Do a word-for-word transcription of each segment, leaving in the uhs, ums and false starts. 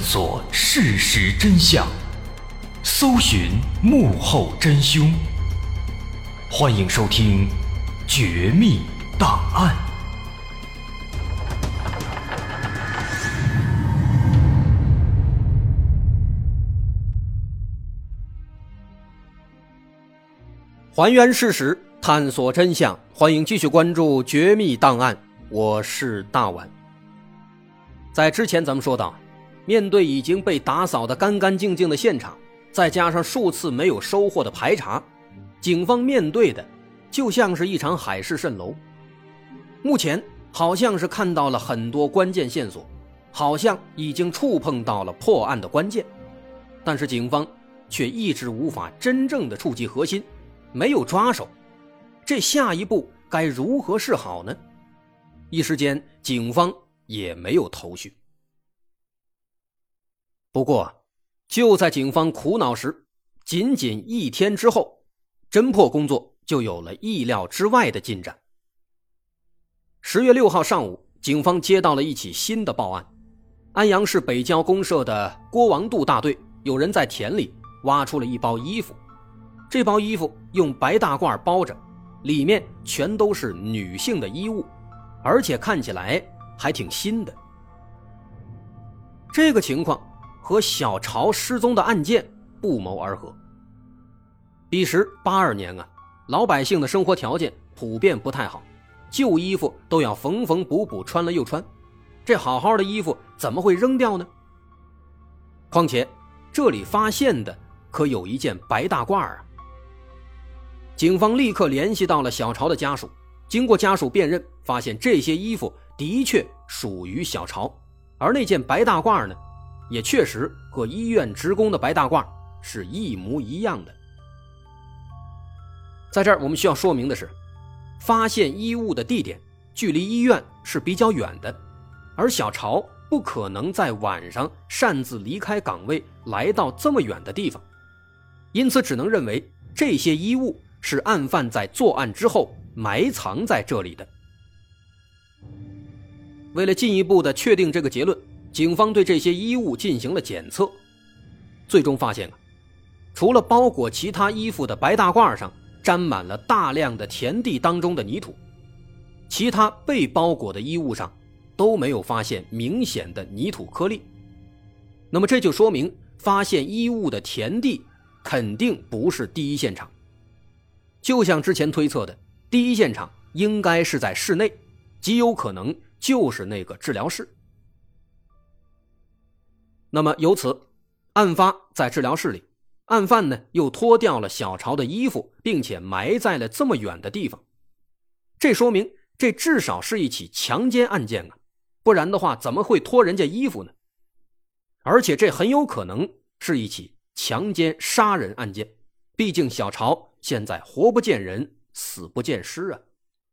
索事实真相，搜寻幕后真凶。欢迎收听《绝密档案》。 还原事实，探索真相，欢迎继续关注《绝密档案》，我是大碗。在之前咱们说到，面对已经被打扫得干干净净的现场，再加上数次没有收获的排查，警方面对的就像是一场海市蜃楼。目前好像是看到了很多关键线索，好像已经触碰到了破案的关键，但是警方却一直无法真正的触及核心，没有抓手，这下一步该如何是好呢？一时间警方也没有头绪。不过就在警方苦恼时，仅仅一天之后，侦破工作就有了意料之外的进展。十月六号上午，警方接到了一起新的报案。安阳市北郊公社的郭王渡大队有人在田里挖出了一包衣服，这包衣服用白大褂包着，里面全都是女性的衣物，而且看起来还挺新的。这个情况和小潮失踪的案件不谋而合。彼时八二年啊，老百姓的生活条件普遍不太好，旧衣服都要缝缝补补穿了又穿，这好好的衣服怎么会扔掉呢？况且这里发现的可有一件白大褂啊。警方立刻联系到了小潮的家属，经过家属辨认，发现这些衣服的确属于小潮，而那件白大褂呢，也确实和医院职工的白大褂是一模一样的。在这儿我们需要说明的是，发现衣物的地点距离医院是比较远的，而小潮不可能在晚上擅自离开岗位来到这么远的地方，因此只能认为这些衣物是案犯在作案之后埋藏在这里的。为了进一步的确定这个结论，警方对这些衣物进行了检测，最终发现啊，除了包裹其他衣服的白大褂上沾满了大量的田地当中的泥土，其他被包裹的衣物上都没有发现明显的泥土颗粒。那么这就说明发现衣物的田地肯定不是第一现场，就像之前推测的，第一现场应该是在室内，极有可能就是那个治疗室。那么由此，案发在治疗室里，案犯呢又脱掉了小潮的衣服，并且埋在了这么远的地方，这说明这至少是一起强奸案件啊，不然的话怎么会脱人家衣服呢？而且这很有可能是一起强奸杀人案件，毕竟小潮现在活不见人，死不见尸啊。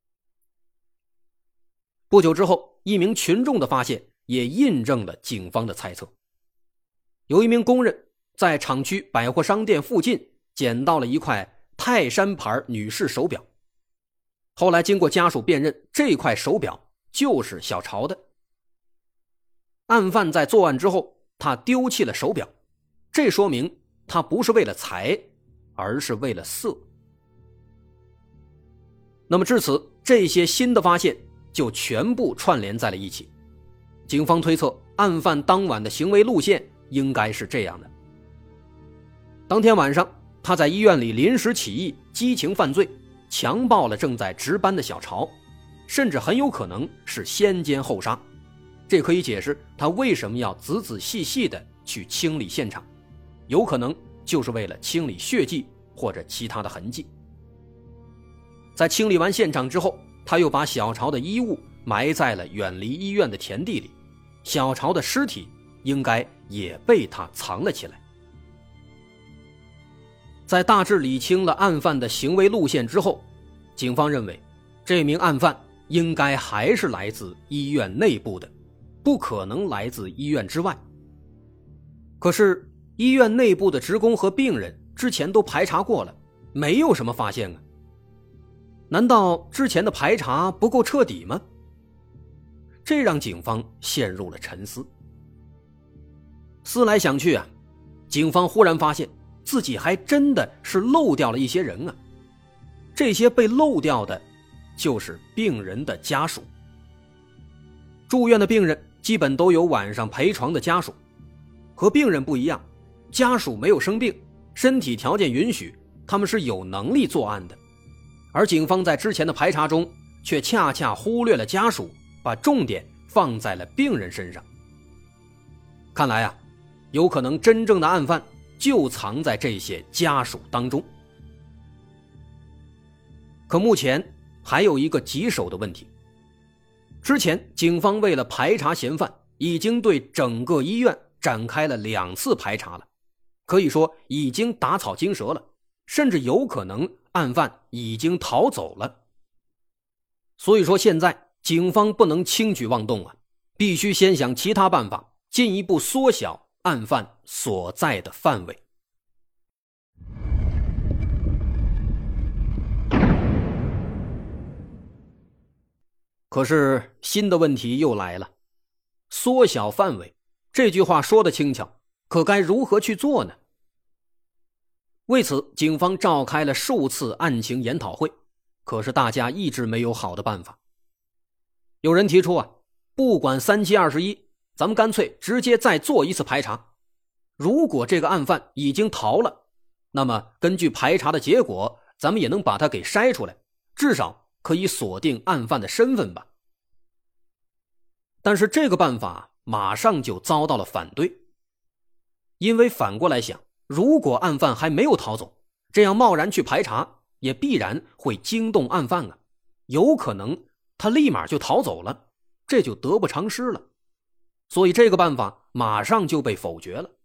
不久之后，一名群众的发现也印证了警方的猜测。有一名工人在厂区百货商店附近捡到了一块泰山牌女士手表，后来经过家属辨认，这块手表就是小潮的。案犯在作案之后，他丢弃了手表，这说明他不是为了财，而是为了色。那么至此，这些新的发现就全部串联在了一起。警方推测，案犯当晚的行为路线应该是这样的：当天晚上，他在医院里临时起意，激情犯罪，强暴了正在值班的小潮，甚至很有可能是先奸后杀。这可以解释他为什么要仔仔细细的去清理现场，有可能就是为了清理血迹或者其他的痕迹。在清理完现场之后，他又把小潮的衣物埋在了远离医院的田地里，小潮的尸体应该也被他藏了起来。在大致理清了案犯的行为路线之后，警方认为这名案犯应该还是来自医院内部的，不可能来自医院之外。可是医院内部的职工和病人之前都排查过了，没有什么发现啊。难道之前的排查不够彻底吗？这让警方陷入了沉思。 思来想去啊，警方忽然发现自己还真的是漏掉了一些人啊。这些被漏掉的就是病人的家属。住院的病人基本都有晚上陪床的家属，和病人不一样，家属没有生病，身体条件允许，他们是有能力作案的。而警方在之前的排查中却恰恰忽略了家属，把重点放在了病人身上。看来啊，有可能真正的案犯就藏在这些家属当中。可目前还有一个棘手的问题，之前警方为了排查嫌犯，已经对整个医院展开了两次排查了，可以说已经打草惊蛇了，甚至有可能案犯已经逃走了。所以说现在警方不能轻举妄动啊，必须先想其他办法，进一步缩小案犯所在的范围。可是新的问题又来了，缩小范围，这句话说得轻巧，可该如何去做呢？为此，警方召开了数次案情研讨会，可是大家一直没有好的办法。有人提出啊，不管三七二十一，咱们干脆直接再做一次排查。如果这个案犯已经逃了，那么根据排查的结果，咱们也能把他给筛出来，至少可以锁定案犯的身份吧。但是这个办法马上就遭到了反对，因为反过来想，如果案犯还没有逃走，这样贸然去排查也必然会惊动案犯啊，有可能他立马就逃走了，这就得不偿失了。所以这个办法马上就被否决了。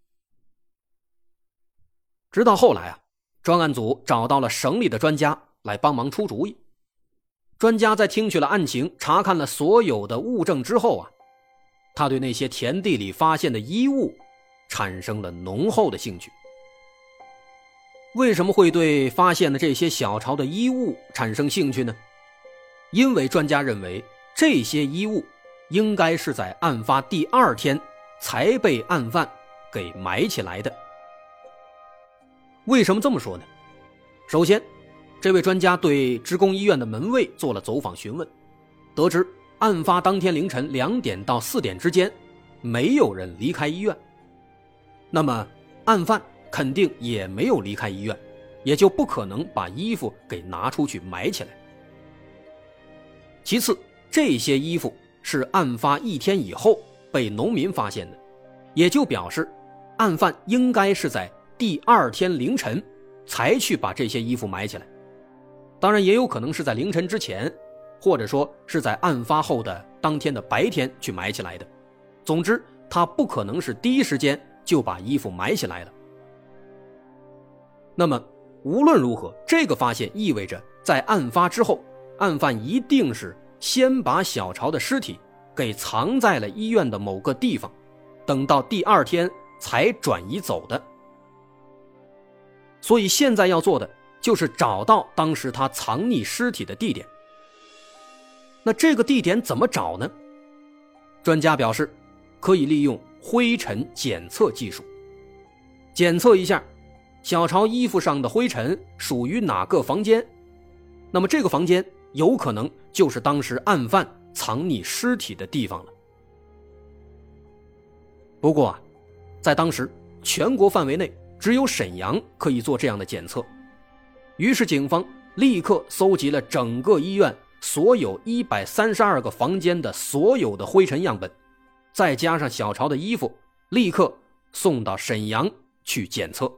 直到后来啊，专案组找到了省里的专家来帮忙出主意。专家在听取了案情，查看了所有的物证之后啊，他对那些田地里发现的衣物产生了浓厚的兴趣。为什么会对发现的这些小巢的衣物产生兴趣呢？因为专家认为这些衣物应该是在案发第二天才被案犯给埋起来的。为什么这么说呢？首先，这位专家对职工医院的门卫做了走访询问，得知案发当天凌晨两点到四点之间没有人离开医院，那么案犯肯定也没有离开医院，也就不可能把衣服给拿出去埋起来。其次，这些衣服是案发一天以后被农民发现的，也就表示案犯应该是在第二天凌晨才去把这些衣服埋起来。当然也有可能是在凌晨之前，或者说是在案发后的当天的白天去埋起来的。总之，他不可能是第一时间就把衣服埋起来了。那么无论如何，这个发现意味着在案发之后，案犯一定是先把小巢的尸体给藏在了医院的某个地方，等到第二天才转移走的。所以现在要做的就是找到当时他藏匿尸体的地点。那这个地点怎么找呢？专家表示，可以利用灰尘检测技术，检测一下小巢衣服上的灰尘属于哪个房间，那么这个房间有可能就是当时案犯藏匿尸体的地方了。不过啊，在当时全国范围内只有沈阳可以做这样的检测，于是警方立刻搜集了整个医院所有一百三十二个房间的所有的灰尘样本，再加上小巢的衣服，立刻送到沈阳去检测。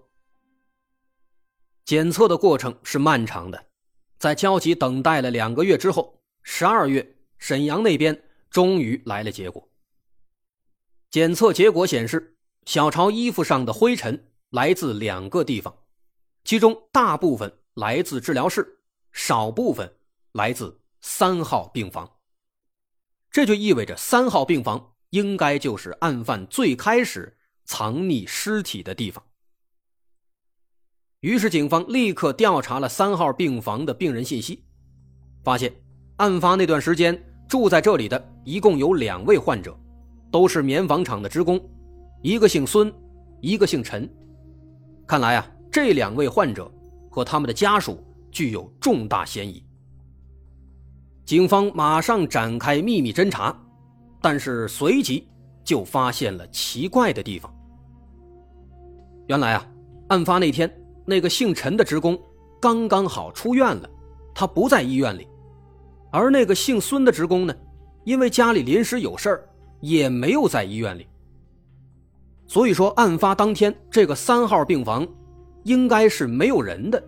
检测的过程是漫长的，在焦急等待了两个月之后，十二月沈阳那边终于来了结果。检测结果显示，小巢衣服上的灰尘来自两个地方，其中大部分来自治疗室，少部分来自三号病房。这就意味着三号病房应该就是案犯最开始藏匿尸体的地方。于是警方立刻调查了三号病房的病人信息，发现案发那段时间住在这里的一共有两位患者，都是棉纺厂的职工， 一个姓孙，一个姓陈。看来啊，这两位患者和他们的家属具有重大嫌疑。警方马上展开秘密侦查，但是随即就发现了奇怪的地方。原来啊，案发那天那个姓陈的职工刚刚好出院了，他不在医院里。而那个姓孙的职工呢，因为家里临时有事儿，也没有在医院里。所以说案发当天这个三号病房应该是没有人的。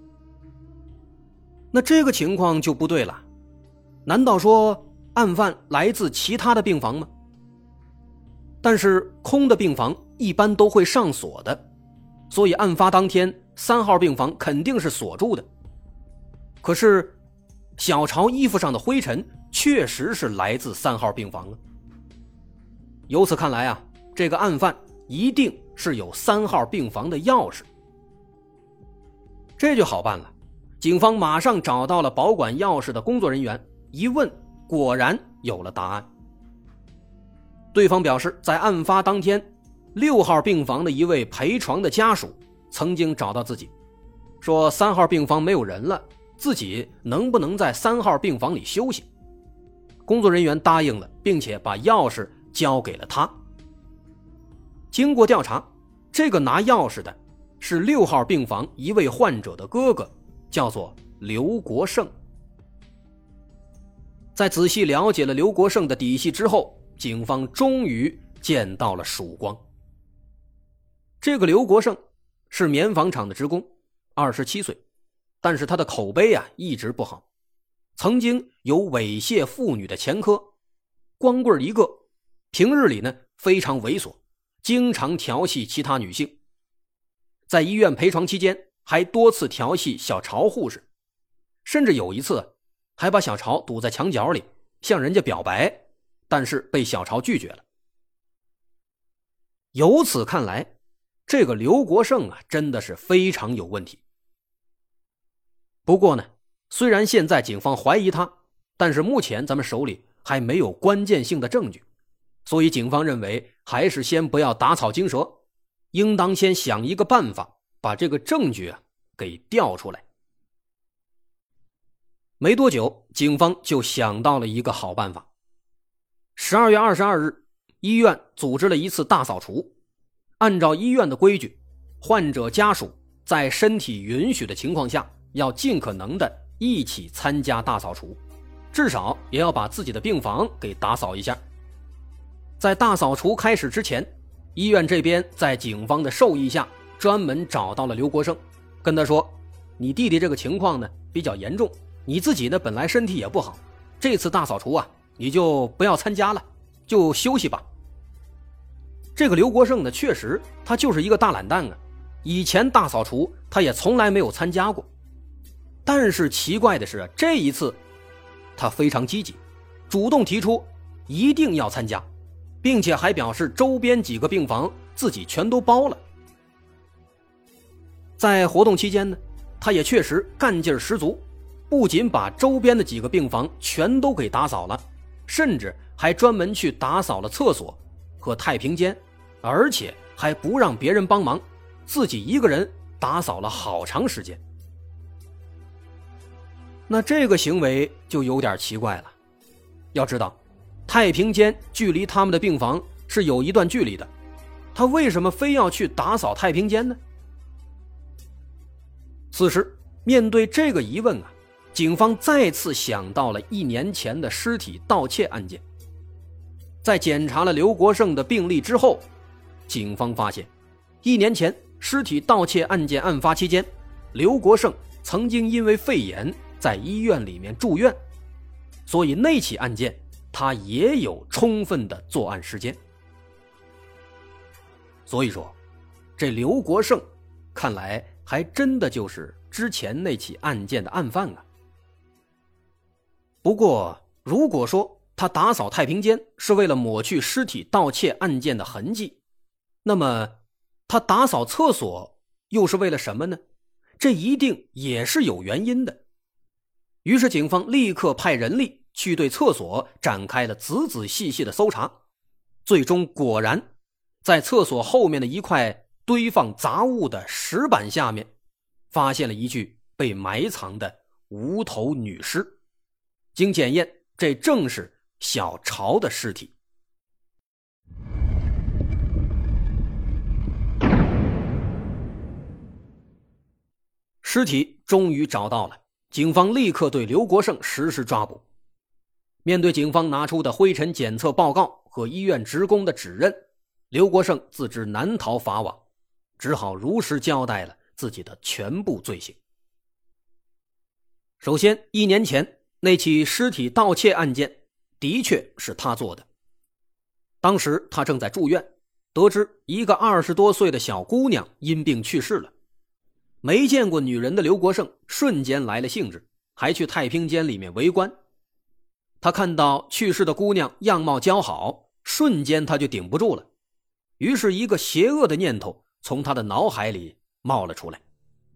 那这个情况就不对了，难道说案犯来自其他的病房吗？但是空的病房一般都会上锁的，所以案发当天三号病房肯定是锁住的。可是小潮衣服上的灰尘确实是来自三号病房啊。由此看来啊，这个案犯一定是有三号病房的钥匙。这就好办了，警方马上找到了保管钥匙的工作人员，一问果然有了答案。对方表示，在案发当天，六号病房的一位陪床的家属曾经找到自己，说三号病房没有人了，自己能不能在三号病房里休息。工作人员答应了，并且把钥匙交给了他。经过调查，这个拿钥匙的是六号病房一位患者的哥哥，叫做刘国胜。在仔细了解了刘国胜的底细之后，警方终于见到了曙光。这个刘国胜是棉纺厂的职工，二十七岁，但是他的口碑啊一直不好，曾经有猥亵妇女的前科，光棍一个，平日里呢非常猥琐，经常调戏其他女性。在医院陪床期间还多次调戏小曹护士，甚至有一次还把小曹堵在墙角里向人家表白，但是被小曹拒绝了。由此看来，这个刘国胜啊真的是非常有问题。不过呢，虽然现在警方怀疑他，但是目前咱们手里还没有关键性的证据，所以警方认为还是先不要打草惊蛇，应当先想一个办法把这个证据啊给调出来。没多久，警方就想到了一个好办法。十二月二十二日，医院组织了一次大扫除。按照医院的规矩，患者家属在身体允许的情况下，要尽可能的一起参加大扫除，至少也要把自己的病房给打扫一下。在大扫除开始之前，医院这边在警方的授意下，专门找到了刘国胜，跟他说，你弟弟这个情况呢比较严重，你自己呢本来身体也不好，这次大扫除啊你就不要参加了，就休息吧。这个刘国胜呢确实他就是一个大懒蛋啊，以前大扫除他也从来没有参加过。但是奇怪的是，这一次他非常积极，主动提出一定要参加，并且还表示周边几个病房自己全都包了。在活动期间呢，他也确实干劲十足，不仅把周边的几个病房全都给打扫了，甚至还专门去打扫了厕所和太平间，而且还不让别人帮忙，自己一个人打扫了好长时间。那这个行为就有点奇怪了。要知道，太平间距离他们的病房是有一段距离的，他为什么非要去打扫太平间呢？此时面对这个疑问啊，警方再次想到了一年前的尸体盗窃案件。在检查了刘国胜的病历之后，警方发现一年前尸体盗窃案件案发期间，刘国胜曾经因为肺炎在医院里面住院，所以那起案件他也有充分的作案时间。所以说这刘国胜看来还真的就是之前那起案件的案犯啊。不过如果说他打扫太平间是为了抹去尸体盗窃案件的痕迹，那么他打扫厕所又是为了什么呢？这一定也是有原因的。于是警方立刻派人力去对厕所展开了仔仔细细的搜查，最终果然在厕所后面的一块堆放杂物的石板下面，发现了一具被埋藏的无头女尸。经检验，这正是小潮的尸体。尸体终于找到了，警方立刻对刘国胜实施抓捕。面对警方拿出的灰尘检测报告和医院职工的指认，刘国胜自知难逃法网，只好如实交代了自己的全部罪行。首先，一年前那起尸体盗窃案件的确是他做的。当时他正在住院，得知一个二十多岁的小姑娘因病去世了。没见过女人的刘国胜瞬间来了兴致，还去太平间里面围观。他看到去世的姑娘样貌姣好，瞬间他就顶不住了，于是一个邪恶的念头从他的脑海里冒了出来。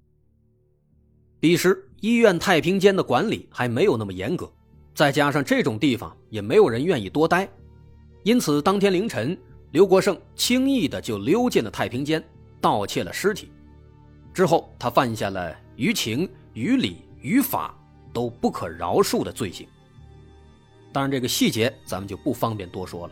彼时医院太平间的管理还没有那么严格，再加上这种地方也没有人愿意多待，因此当天凌晨，刘国胜轻易的就溜进了太平间，盗窃了尸体。之后他犯下了于情于理于法都不可饶恕的罪行。当然这个细节咱们就不方便多说了。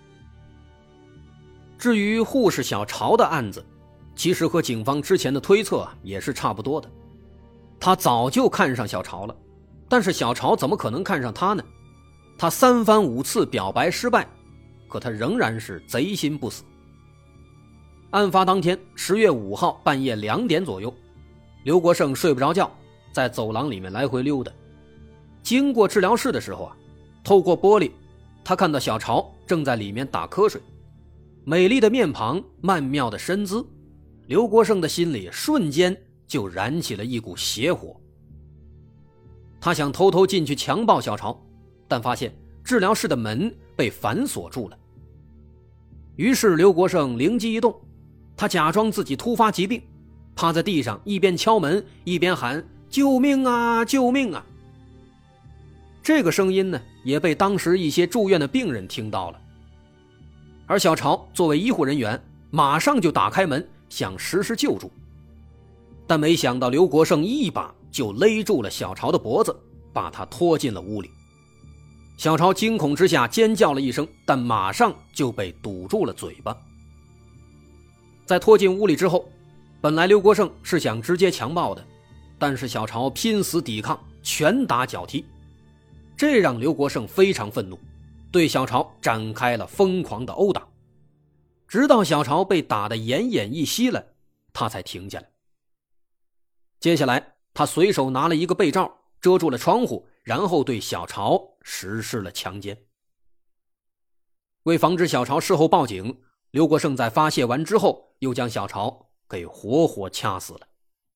至于护士小潮的案子，其实和警方之前的推测也是差不多的。他早就看上小潮了，但是小潮怎么可能看上他呢？他三番五次表白失败，可他仍然是贼心不死。案发当天十月五号半夜两点左右，刘国胜睡不着觉，在走廊里面来回溜达。经过治疗室的时候啊，透过玻璃他看到小潮正在里面打瞌睡，美丽的面庞，曼妙的身姿，刘国胜的心里瞬间就燃起了一股邪火。他想偷偷进去强暴小潮，但发现治疗室的门被反锁住了。于是刘国胜灵机一动，他假装自己突发疾病，趴在地上一边敲门一边喊救命啊救命啊。这个声音呢，也被当时一些住院的病人听到了。而小潮作为医护人员，马上就打开门想实施救助，但没想到刘国胜一把就勒住了小潮的脖子，把他拖进了屋里。小潮惊恐之下尖叫了一声，但马上就被堵住了嘴巴。在拖进屋里之后，本来刘国胜是想直接强暴的，但是小潮拼死抵抗，拳打脚踢，这让刘国胜非常愤怒，对小潮展开了疯狂的殴打，直到小潮被打得奄奄一息了，他才停下来。接下来他随手拿了一个被罩遮住了窗户，然后对小潮实施了强奸。为防止小潮事后报警，刘国胜在发泄完之后又将小潮给活活掐死了。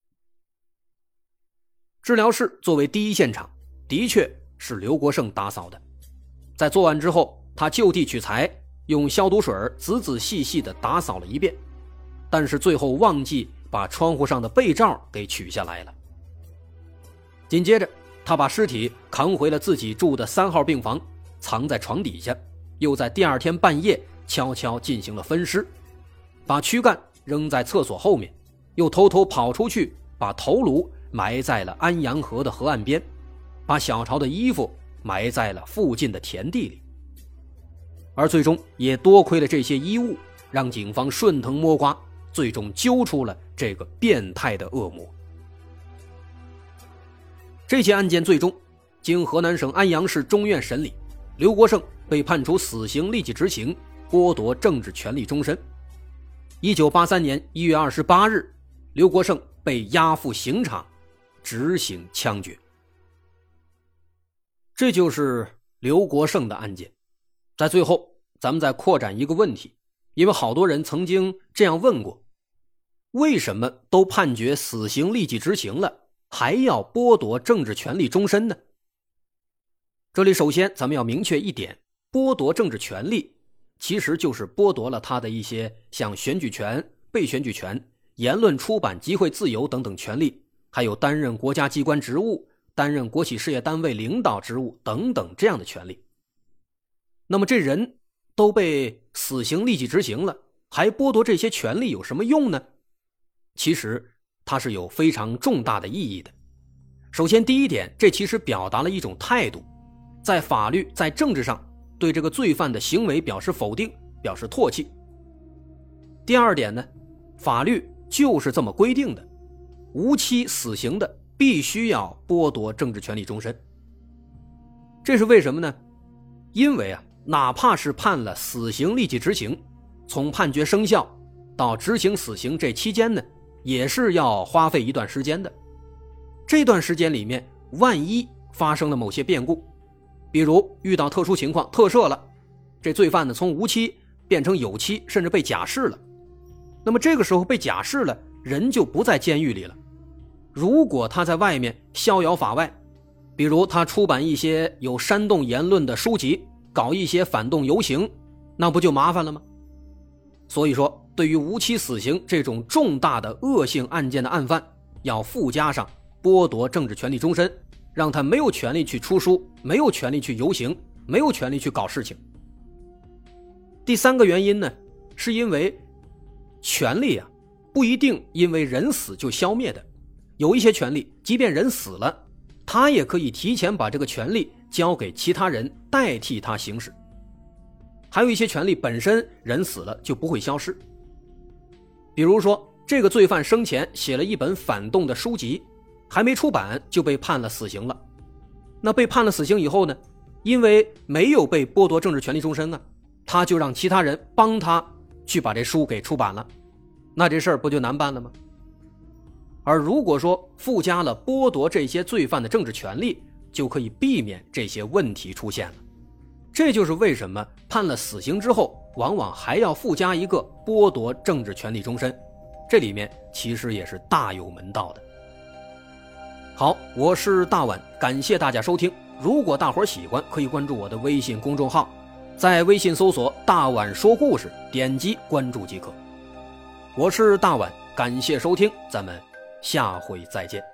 治疗室作为第一现场，的确是刘国胜打扫的。在做完之后，他就地取材，用消毒水仔仔细细地打扫了一遍，但是最后忘记把窗户上的被罩给取下来了。紧接着他把尸体扛回了自己住的三号病房，藏在床底下，又在第二天半夜悄悄进行了分尸，把躯干扔在厕所后面，又偷偷跑出去把头颅埋在了安阳河的河岸边，把小潮的衣服埋在了附近的田地里。而最终也多亏了这些衣物，让警方顺藤摸瓜，最终揪出了这个变态的恶魔。这起案件最终经河南省安阳市中院审理，刘国胜被判处死刑立即执行，剥夺政治权利终身。一九八三年一月二十八日，刘国胜被押赴刑场执行枪决。这就是刘国胜的案件。在最后咱们再扩展一个问题，因为好多人曾经这样问过，为什么都判决死刑立即执行了，还要剥夺政治权利终身呢？这里首先咱们要明确一点，剥夺政治权利其实就是剥夺了他的一些像选举权、被选举权、言论出版集会自由等等权利，还有担任国家机关职务、担任国企事业单位领导职务等等这样的权利。那么这人都被死刑立即执行了， 还剥夺这些权利有什么用呢？其实它是有非常重大的意义的。首先第一点，这其实表达了一种态度，在法律在政治上对这个罪犯的行为表示否定，表示唾弃。第二点呢，法律就是这么规定的，无期死刑的必须要剥夺政治权利终身。这是为什么呢？因为啊，哪怕是判了死刑立即执行，从判决生效到执行死刑这期间呢，也是要花费一段时间的。这段时间里面，万一发生了某些变故，比如遇到特殊情况特赦了，这罪犯呢从无期变成有期，甚至被假释了，那么这个时候被假释了，人就不在监狱里了。如果他在外面逍遥法外，比如他出版一些有煽动言论的书籍，搞一些反动游行，那不就麻烦了吗？所以说，对于无期死刑这种重大的恶性案件的案犯，要附加上剥夺政治权利终身，让他没有权利去出书，没有权利去游行，没有权利去搞事情。第三个原因呢，是因为权利啊，不一定因为人死就消灭的，有一些权利即便人死了，他也可以提前把这个权利交给其他人代替他行使。还有一些权利本身人死了就不会消失，比如说这个罪犯生前写了一本反动的书籍，还没出版就被判了死刑了。那被判了死刑以后呢，因为没有被剥夺政治权利终身啊，他就让其他人帮他去把这书给出版了，那这事儿不就难办了吗？而如果说附加了剥夺这些罪犯的政治权利，就可以避免这些问题出现了。这就是为什么判了死刑之后，往往还要附加一个剥夺政治权利终身，这里面其实也是大有门道的。好，我是大碗，感谢大家收听。如果大伙儿喜欢，可以关注我的微信公众号，在微信搜索大碗说故事，点击关注即可。我是大碗，感谢收听，咱们下回再见。